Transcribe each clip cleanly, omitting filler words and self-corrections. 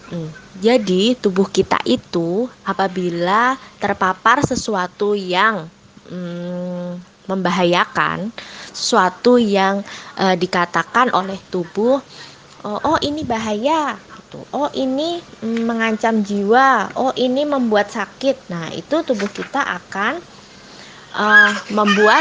Jadi tubuh kita itu apabila terpapar sesuatu yang membahayakan, sesuatu yang dikatakan oleh tubuh, oh ini bahaya gitu, oh ini mengancam jiwa, oh ini membuat sakit. Nah itu tubuh kita akan membuat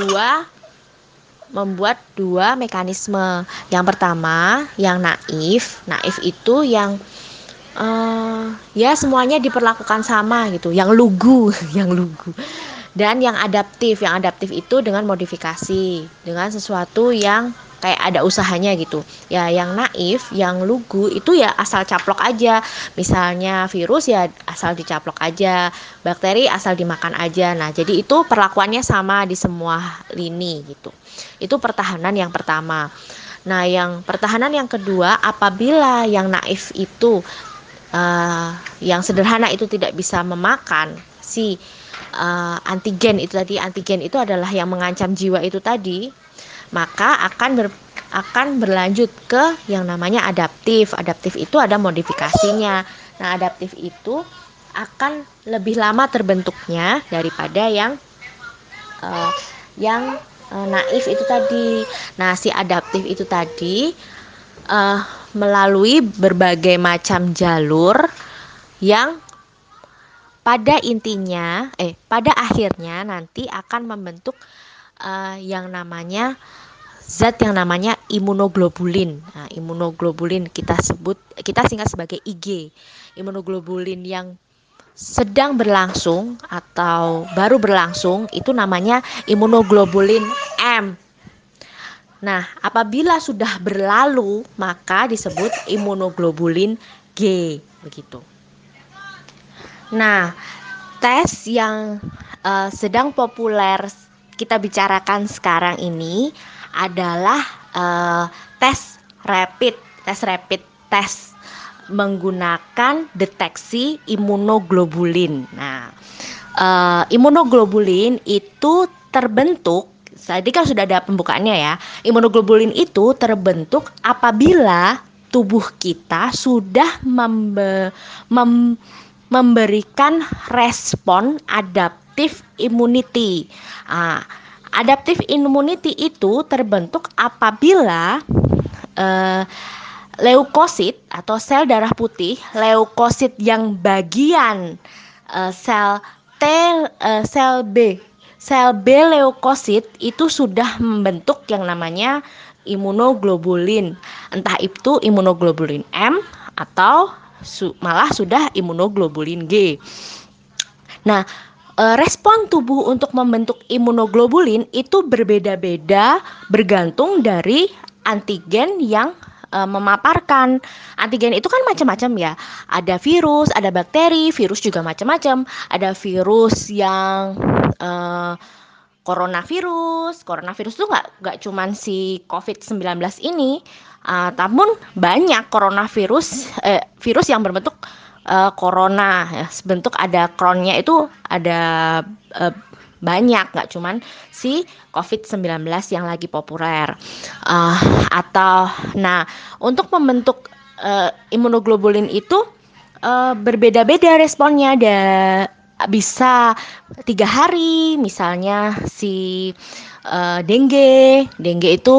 dua mekanisme. Yang pertama yang naif. Naif itu yang ya semuanya diperlakukan sama gitu, yang lugu yang lugu. Dan yang adaptif itu dengan modifikasi, dengan sesuatu yang kayak ada usahanya gitu ya. Yang naif, yang lugu itu ya asal caplok aja, misalnya virus ya asal dicaplok aja, bakteri asal dimakan aja. Nah jadi itu perlakuannya sama di semua lini gitu. Itu pertahanan yang pertama. Nah yang pertahanan yang kedua, apabila yang naif itu yang sederhana itu tidak bisa memakan si antigen itu tadi. Antigen itu adalah yang mengancam jiwa itu tadi, maka akan berlanjut ke yang namanya adaptif. Adaptif itu ada modifikasinya. Nah adaptif itu akan lebih lama terbentuknya daripada uh, yang naif itu tadi. Nah si adaptif itu tadi uh, melalui berbagai macam jalur yang pada akhirnya nanti akan membentuk zat yang namanya imunoglobulin. Nah, imunoglobulin kita singkat sebagai IG. Imunoglobulin yang sedang berlangsung atau baru berlangsung itu namanya imunoglobulin M. Nah, apabila sudah berlalu maka disebut imunoglobulin G begitu. Nah, tes yang sedang populer kita bicarakan sekarang ini adalah tes rapid, tes menggunakan deteksi imunoglobulin. Nah, imunoglobulin itu terbentuk, tadi kan sudah ada pembukaannya ya. Imunoglobulin itu terbentuk apabila tubuh kita sudah memberikan respon adaptive immunity. Adaptive immunity itu terbentuk apabila leukosit atau sel darah putih, leukosit yang bagian sel T, sel B leukosit itu sudah membentuk yang namanya imunoglobulin, entah itu imunoglobulin M atau malah sudah imunoglobulin G. Nah, respon tubuh untuk membentuk imunoglobulin itu berbeda-beda bergantung dari antigen yang memaparkan. Antigen itu kan macam-macam ya. Ada virus, ada bakteri, virus juga macam-macam. Ada virus yang coronavirus itu nggak cuman si COVID-19 ini, namun banyak virus yang berbentuk corona ya, sebentuk ada kronnya itu ada banyak, nggak cuman si COVID-19 yang lagi populer. Untuk membentuk imunoglobulin itu berbeda-beda responnya. Bisa 3 hari, misalnya si dengue itu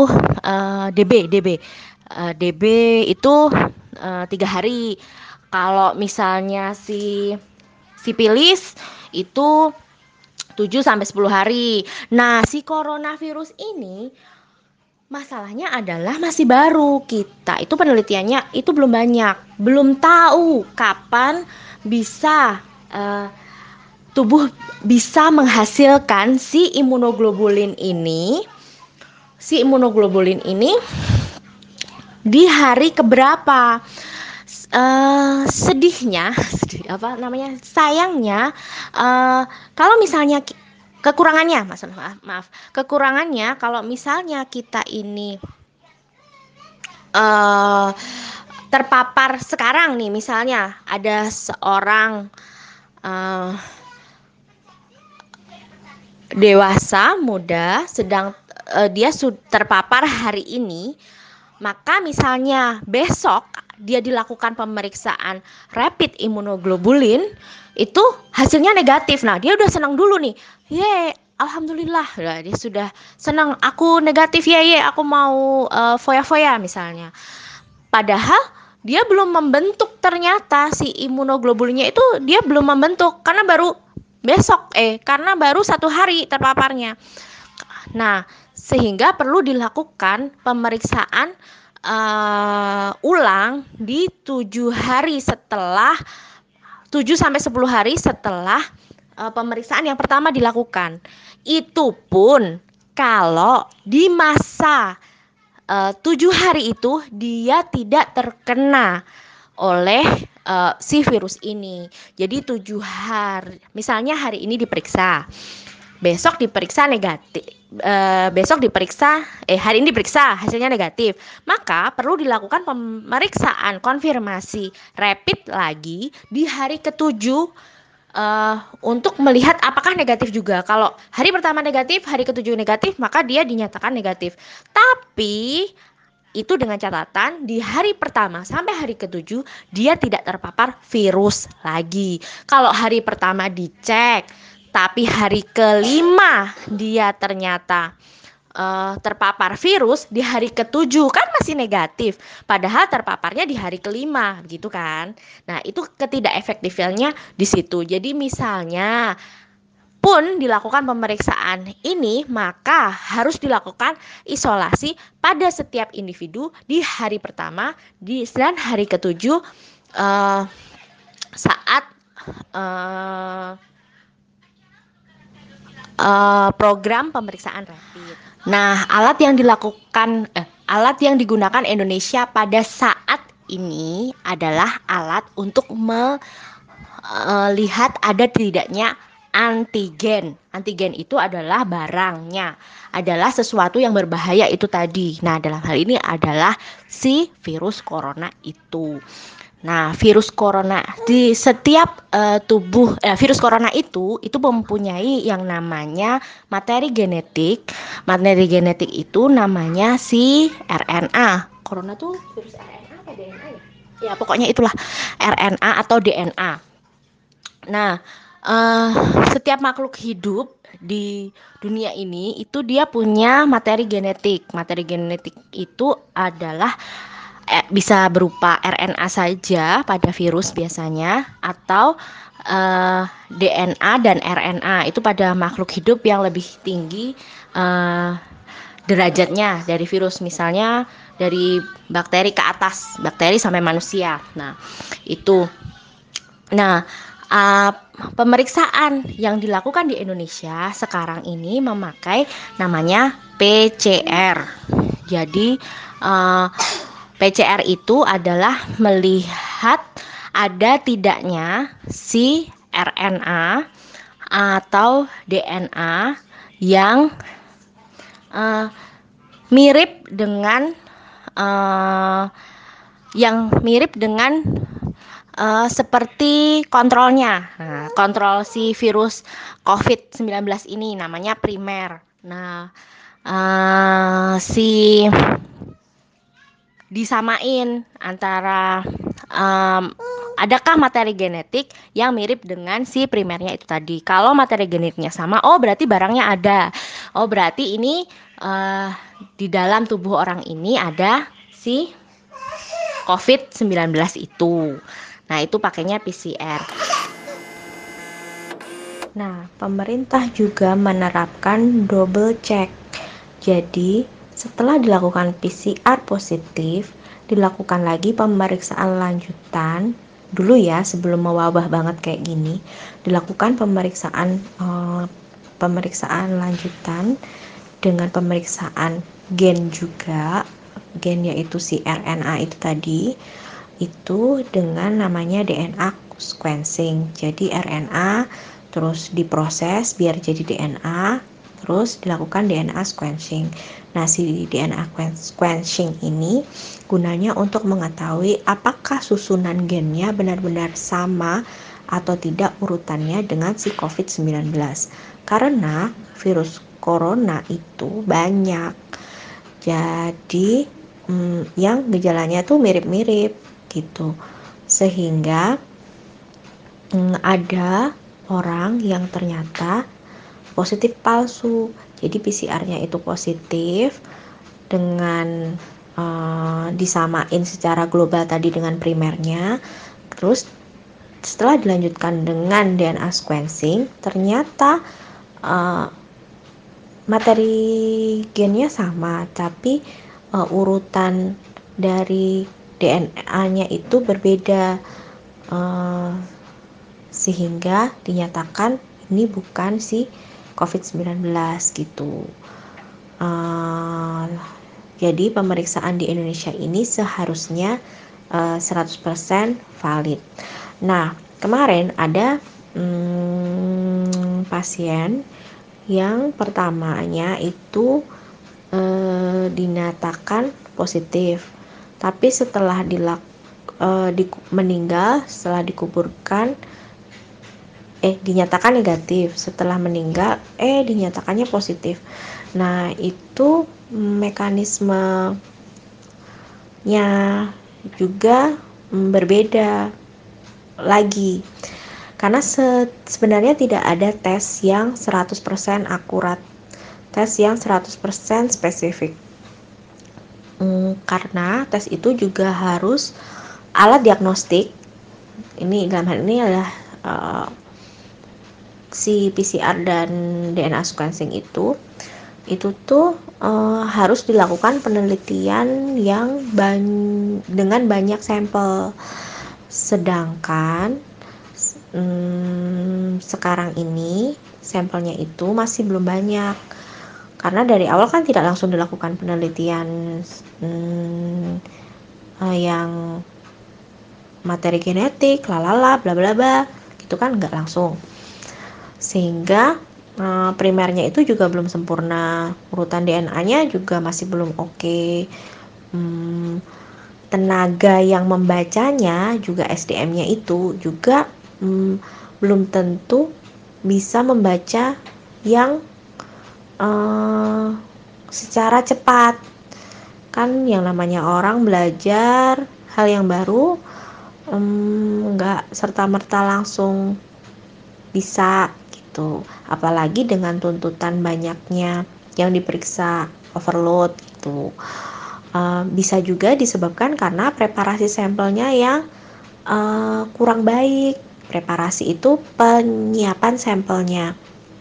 DB itu 3 hari. Kalau misalnya si sipilis itu 7 sampai 10 hari. Nah, si coronavirus ini masalahnya adalah masih baru. Kita itu penelitiannya itu belum banyak, belum tahu kapan bisa tubuh bisa menghasilkan si imunoglobulin ini. Si imunoglobulin ini di hari keberapa? Sayangnya, kalau misalnya kekurangannya kalau misalnya kita ini terpapar sekarang nih, misalnya ada seorang dewasa muda sedang dia terpapar hari ini, Maka misalnya besok dia dilakukan pemeriksaan rapid imunoglobulin, itu hasilnya negatif. Nah, dia udah senang dulu nih. Ye, alhamdulillah. Nah, dia sudah senang, aku negatif, ye, aku mau foya-foya misalnya. Padahal dia belum membentuk, ternyata si imunoglobulinnya itu dia belum membentuk karena baru karena baru 1 hari terpaparnya. Nah, sehingga perlu dilakukan pemeriksaan ulang di 7 sampai 10 hari setelah pemeriksaan yang pertama dilakukan. Itu pun kalau di masa 7 hari itu dia tidak terkena oleh si virus ini. Jadi 7 hari, misalnya hari ini diperiksa, besok diperiksa negatif, hari ini diperiksa hasilnya negatif, maka perlu dilakukan pemeriksaan konfirmasi rapid lagi di hari ketujuh untuk melihat apakah negatif juga. Kalau hari pertama negatif, hari ketujuh negatif, maka dia dinyatakan negatif. Tapi itu dengan catatan di hari pertama sampai hari ketujuh dia tidak terpapar virus lagi. Kalau hari pertama dicek, tapi hari kelima dia ternyata terpapar virus, di hari ketujuh kan masih negatif, padahal terpaparnya di hari kelima, gitu kan. Nah, itu ketidakefektifnya di situ. Jadi misalnya pun dilakukan pemeriksaan ini, maka harus dilakukan isolasi pada setiap individu di hari pertama dan hari ketujuh saat program pemeriksaan rapid. Nah, alat yang digunakan Indonesia pada saat ini adalah alat untuk melihat ada tidaknya antigen. Antigen itu adalah barangnya, adalah sesuatu yang berbahaya itu tadi. Nah, dalam hal ini adalah si virus corona itu. Nah, virus corona di setiap virus corona itu mempunyai yang namanya materi genetik. Materi genetik itu namanya si RNA. Corona tuh virus RNA apa DNA ya? Ya, pokoknya itulah RNA atau DNA. Nah, setiap makhluk hidup di dunia ini itu dia punya materi genetik. Materi genetik itu adalah bisa berupa RNA saja pada virus biasanya, atau DNA dan RNA itu pada makhluk hidup yang lebih tinggi derajatnya dari virus, misalnya dari bakteri ke atas, bakteri sampai manusia. Nah, itu. Nah, pemeriksaan yang dilakukan di Indonesia sekarang ini memakai namanya PCR. Jadi PCR itu adalah melihat ada tidaknya si RNA atau DNA yang mirip dengan seperti kontrolnya. Nah, kontrol si virus COVID-19 ini namanya primer. Nah, disamain antara adakah materi genetik yang mirip dengan si primernya itu tadi. Kalau materi genetiknya sama, oh berarti barangnya ada. Oh berarti ini di dalam tubuh orang ini ada si COVID-19 itu. Nah, itu pakainya PCR. Nah, pemerintah juga menerapkan double check. Jadi, setelah dilakukan PCR positif, dilakukan lagi pemeriksaan lanjutan. Dulu ya, sebelum mewabah banget kayak gini, dilakukan pemeriksaan lanjutan dengan pemeriksaan gen juga. Gen yaitu si RNA itu tadi, itu dengan namanya DNA sequencing. Jadi RNA terus diproses biar jadi DNA, terus dilakukan DNA sequencing. Nah, si DNA sequencing ini gunanya untuk mengetahui apakah susunan gennya benar-benar sama atau tidak urutannya dengan si COVID-19. Karena virus corona itu banyak. Jadi yang gejalanya tuh mirip-mirip gitu, sehingga ada orang yang ternyata positif palsu. Jadi PCR-nya itu positif dengan disamain secara global tadi dengan primernya. Terus setelah dilanjutkan dengan DNA sequencing, ternyata materi gennya sama, tapi urutan dari DNA-nya itu berbeda, sehingga dinyatakan ini bukan si COVID-19 gitu. Jadi pemeriksaan di Indonesia ini seharusnya 100% valid. Nah, kemarin ada pasien yang pertamanya itu dinyatakan positif, tapi setelah meninggal, setelah dikuburkan dinyatakan negatif, setelah meninggal dinyatakannya positif. Nah, itu mekanismenya juga berbeda lagi, karena sebenarnya tidak ada tes yang 100% akurat, tes yang 100% spesifik. Karena tes itu juga harus alat diagnostik. Ini dalam hal ini adalah si PCR dan DNA sequencing itu tuh harus dilakukan penelitian yang dengan banyak sampel. Sedangkan sekarang ini sampelnya itu masih belum banyak, karena dari awal kan tidak langsung dilakukan penelitian yang materi genetik lalala bla bla bla gitu kan, nggak langsung, sehingga primernya itu juga belum sempurna, urutan DNA-nya juga masih belum oke. Tenaga yang membacanya juga SDM-nya itu juga belum tentu bisa membaca yang secara cepat. Kan yang namanya orang belajar hal yang baru nggak serta-merta langsung bisa gitu, apalagi dengan tuntutan banyaknya yang diperiksa, overload gitu. Bisa juga disebabkan karena preparasi sampelnya yang kurang baik. Preparasi itu penyiapan sampelnya.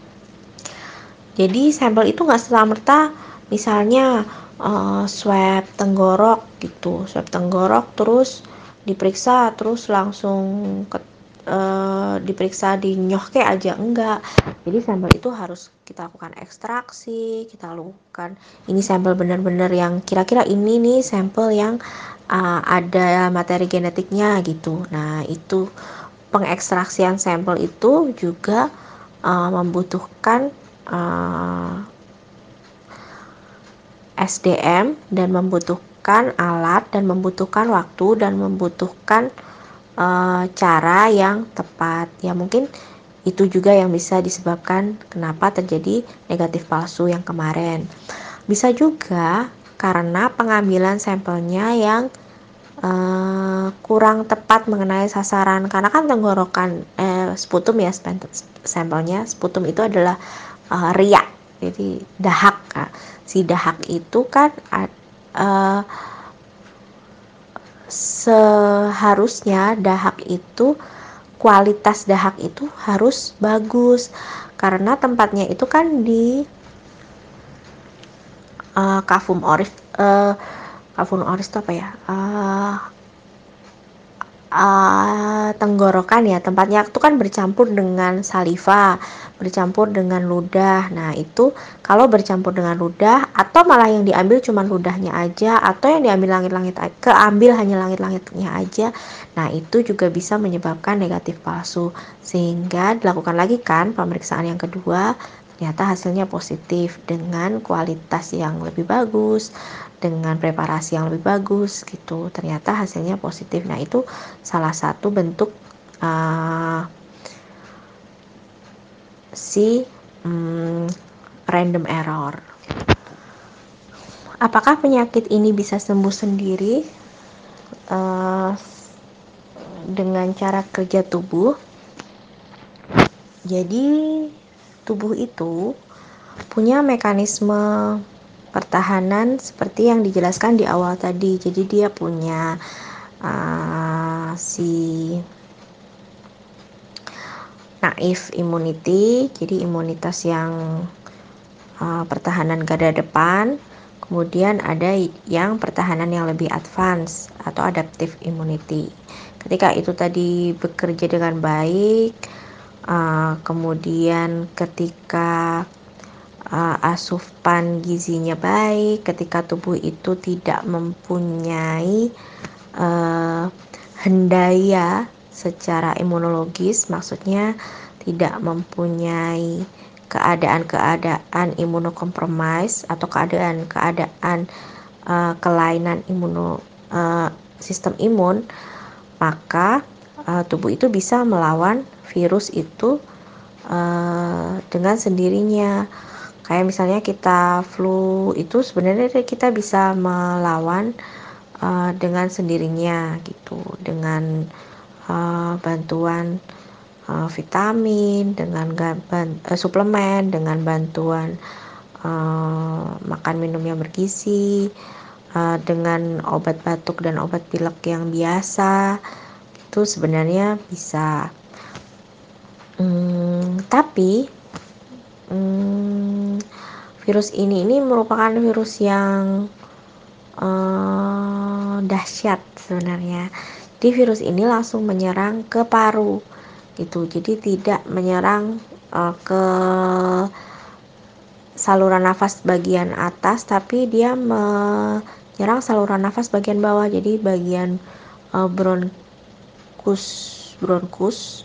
Jadi sampel itu nggak serta-merta misalnya swab tenggorok gitu, swab tenggorok terus diperiksa terus langsung diperiksa dinyohke aja, enggak. Jadi sampel itu harus kita lakukan ekstraksi, kita lakukan ini sampel benar-benar yang kira-kira ini nih sampel yang ada materi genetiknya gitu. Nah, itu pengekstraksian sampel itu juga membutuhkan SDM dan membutuhkan alat dan membutuhkan waktu dan membutuhkan cara yang tepat. Ya mungkin itu juga yang bisa disebabkan kenapa terjadi negatif palsu yang kemarin. Bisa juga karena pengambilan sampelnya yang kurang tepat mengenai sasaran, karena kan tenggorokan sputum ya, sampelnya sputum itu adalah ria, jadi dahak. Si dahak itu kan seharusnya dahak itu, kualitas dahak itu harus bagus, karena tempatnya itu kan di kavum oris. Kavum oris itu apa ya, tenggorokan ya, tempatnya itu kan bercampur dengan saliva, bercampur dengan ludah. Nah, itu kalau bercampur dengan ludah atau malah yang diambil cuma ludahnya aja, atau yang diambil langit-langit, keambil hanya langit-langitnya aja. Nah, itu juga bisa menyebabkan negatif palsu, sehingga dilakukan lagi kan pemeriksaan yang kedua, ternyata hasilnya positif dengan kualitas yang lebih bagus, dengan preparasi yang lebih bagus gitu, ternyata hasilnya positif. Nah, itu salah satu bentuk si random error. Apakah penyakit ini bisa sembuh sendiri uh, dengan cara kerja tubuh? Jadi tubuh itu punya mekanisme pertahanan seperti yang dijelaskan di awal tadi. Jadi dia punya si naif immunity, jadi imunitas yang pertahanan garda depan. Kemudian ada yang pertahanan yang lebih advance atau adaptive immunity. Ketika itu tadi bekerja dengan baik, kemudian ketika asupan gizinya baik, ketika tubuh itu tidak mempunyai hendaya secara imunologis, maksudnya tidak mempunyai keadaan-keadaan imunokompromis atau keadaan-keadaan kelainan sistem imun, maka tubuh itu bisa melawan virus itu dengan sendirinya. Kayak misalnya kita flu itu sebenarnya kita bisa melawan dengan sendirinya gitu, dengan bantuan vitamin, dengan suplemen, dengan bantuan makan minum yang bergizi, dengan obat batuk dan obat pilek yang biasa, itu sebenarnya bisa. Tapi virus ini merupakan virus yang dahsyat sebenarnya. Jadi virus ini langsung menyerang ke paru gitu. Jadi tidak menyerang ke saluran nafas bagian atas, tapi dia menyerang saluran nafas bagian bawah. Jadi bagian bronkus,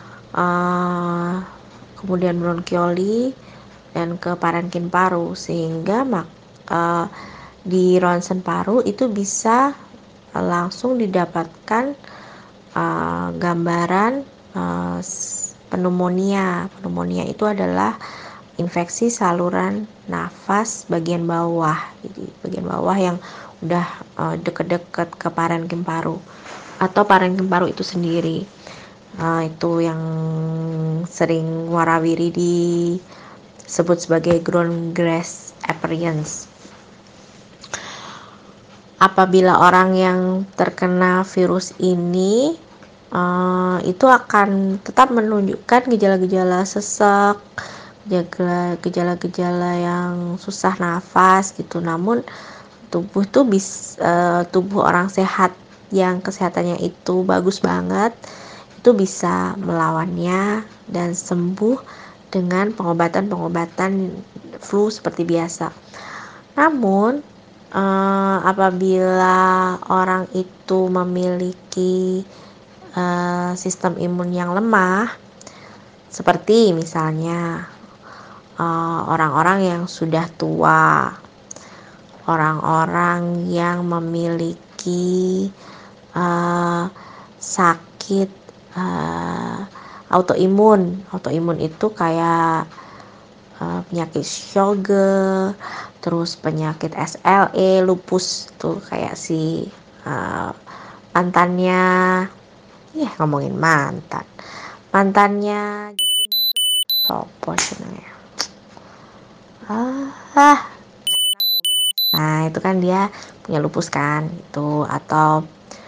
kemudian bronkioli dan ke parenkim paru, sehingga di ronsen paru itu bisa langsung didapatkan gambaran pneumonia. Pneumonia itu adalah infeksi saluran nafas bagian bawah. Jadi bagian bawah yang udah deket-deket ke parenkim paru atau parenkim paru itu sendiri. Itu yang sering warawiri disebut sebagai ground glass appearance. Apabila orang yang terkena virus ini itu akan tetap menunjukkan gejala-gejala sesak, gejala-gejala yang susah nafas gitu. Namun tubuh orang sehat yang kesehatannya itu bagus banget, itu bisa melawannya dan sembuh dengan pengobatan flu seperti biasa. Namun apabila orang itu memiliki sistem imun yang lemah, seperti misalnya orang-orang yang sudah tua, orang-orang yang memiliki sakit autoimun itu kayak penyakit Sjogren, terus penyakit SLE, lupus tuh kayak si mantannya, ngomongin mantannya Justin Bieber, sopo sebenarnya, Selena Gomez. Nah itu kan dia punya lupus kan itu, atau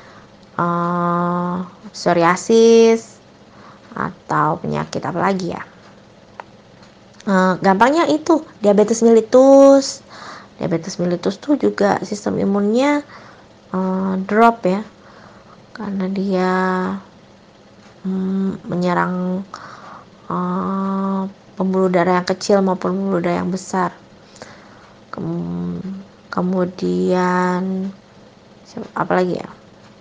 psoriasis, atau penyakit apa lagi ya, gampangnya itu diabetes mellitus tuh juga sistem imunnya drop ya, karena dia menyerang pembuluh darah yang kecil maupun pembuluh darah yang besar. Kemudian apa lagi ya,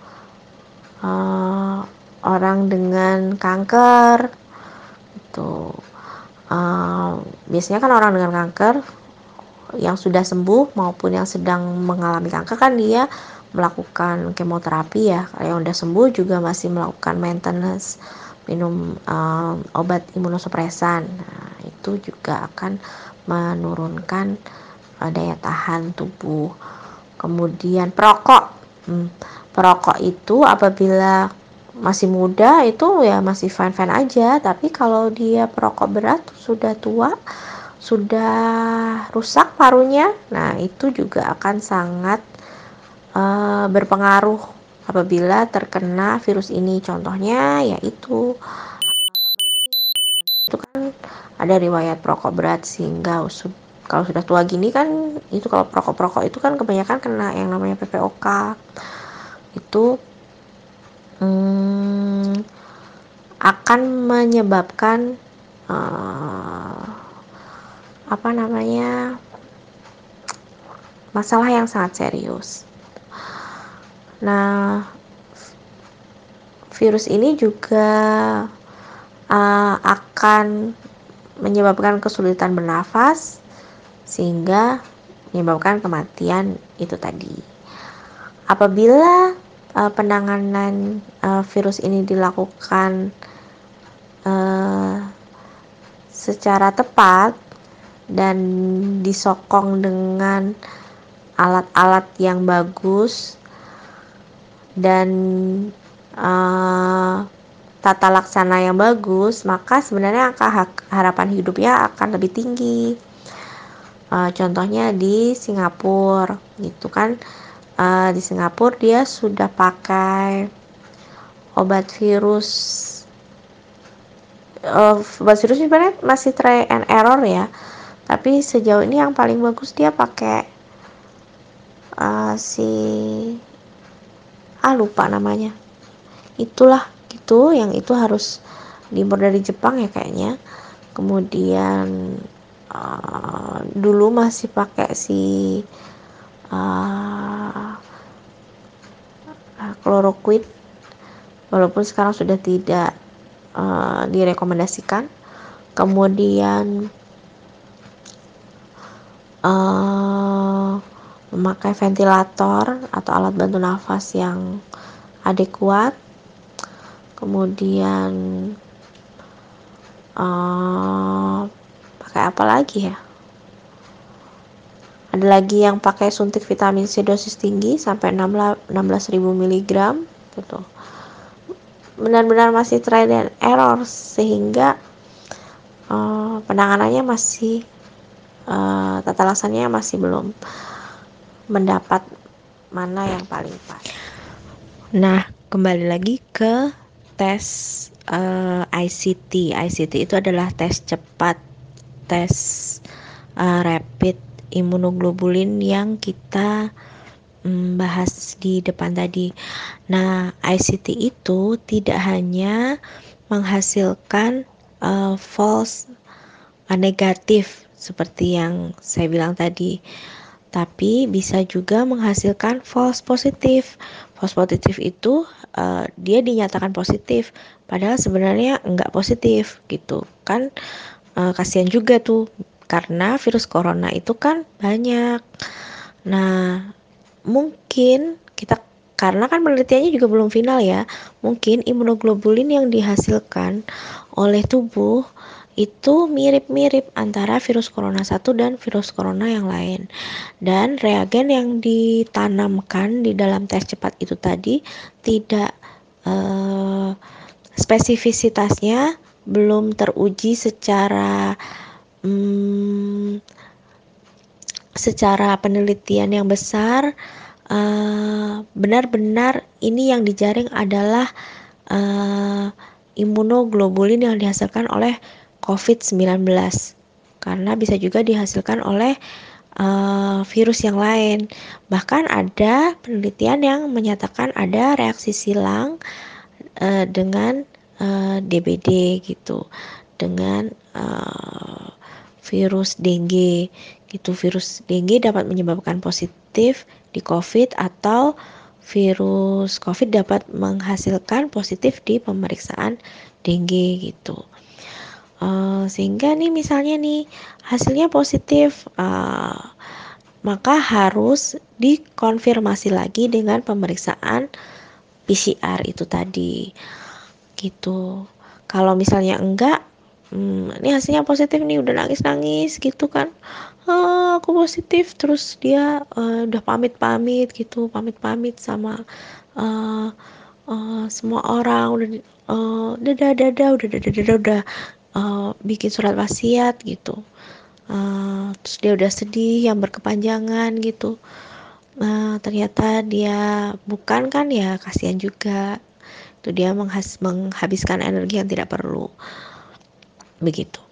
orang dengan kanker itu biasanya kan orang dengan kanker yang sudah sembuh maupun yang sedang mengalami kanker kan dia melakukan kemoterapi ya. Yang udah sembuh juga masih melakukan maintenance, minum obat imunosupresan. Nah, itu juga akan menurunkan daya tahan tubuh. Kemudian perokok. Perokok itu apabila masih muda itu ya masih fine-fine aja, tapi kalau dia perokok berat sudah tua, sudah rusak parunya, nah itu juga akan sangat berpengaruh apabila terkena virus ini. Contohnya yaitu itu kan ada riwayat perokok berat, sehingga kalau sudah tua gini kan itu, kalau perokok itu kan kebanyakan kena yang namanya PPOK itu, akan menyebabkan masalah yang sangat serius. Nah, virus ini juga akan menyebabkan kesulitan bernafas sehingga menyebabkan kematian itu tadi. Apabila penanganan virus ini dilakukan secara tepat dan disokong dengan alat-alat yang bagus dan tata laksana yang bagus, maka sebenarnya angka harapan hidupnya akan lebih tinggi. Contohnya di Singapura gitu kan, di Singapura dia sudah pakai obat virus sebenarnya masih try and error ya, tapi sejauh ini yang paling bagus dia pakai lupa namanya, itulah gitu, yang itu harus diimpor dari Jepang ya kayaknya. Kemudian dulu masih pakai chloroquine, walaupun sekarang sudah tidak direkomendasikan. Kemudian memakai ventilator atau alat bantu nafas yang adekuat. Kemudian pakai apa lagi ya, ada lagi yang pakai suntik vitamin C dosis tinggi sampai 16.000 mg gitu. Benar-benar masih try and error, sehingga penanganannya masih tata laksananya masih belum mendapat mana yang paling pas. Nah, kembali lagi ke tes ICT. ICT itu adalah tes cepat, tes rapid imunoglobulin yang kita bahas di depan tadi. Nah, ICT itu tidak hanya menghasilkan false negatif seperti yang saya bilang tadi, tapi bisa juga menghasilkan false positif. False positif itu dia dinyatakan positif, padahal sebenarnya enggak positif gitu kan. Kasihan juga tuh, karena virus corona itu kan banyak. Nah, mungkin karena kan penelitiannya juga belum final ya, mungkin imunoglobulin yang dihasilkan oleh tubuh itu mirip-mirip antara virus corona 1 dan virus corona yang lain, dan reagen yang ditanamkan di dalam tes cepat itu tadi tidak spesifisitasnya belum teruji secara penelitian yang besar. Benar-benar ini yang dijaring adalah imunoglobulin yang dihasilkan oleh COVID-19, karena bisa juga dihasilkan oleh virus yang lain. Bahkan ada penelitian yang menyatakan ada reaksi silang dengan DBD gitu, dengan virus dengue gitu. Virus dengue dapat menyebabkan positif di COVID, atau virus COVID dapat menghasilkan positif di pemeriksaan dengue gitu. Sehingga nih misalnya nih hasilnya positif, maka harus dikonfirmasi lagi dengan pemeriksaan PCR itu tadi gitu. Kalau misalnya enggak, Ini hasilnya positif nih, udah nangis-nangis gitu kan. Aku positif, terus dia udah pamit-pamit gitu, pamit-pamit sama uh, semua orang, udah dadah udah bikin surat wasiat gitu. Terus dia udah sedih yang berkepanjangan gitu. Ternyata dia bukan kan, ya kasihan juga. Itu dia menghabiskan energi yang tidak perlu begitu.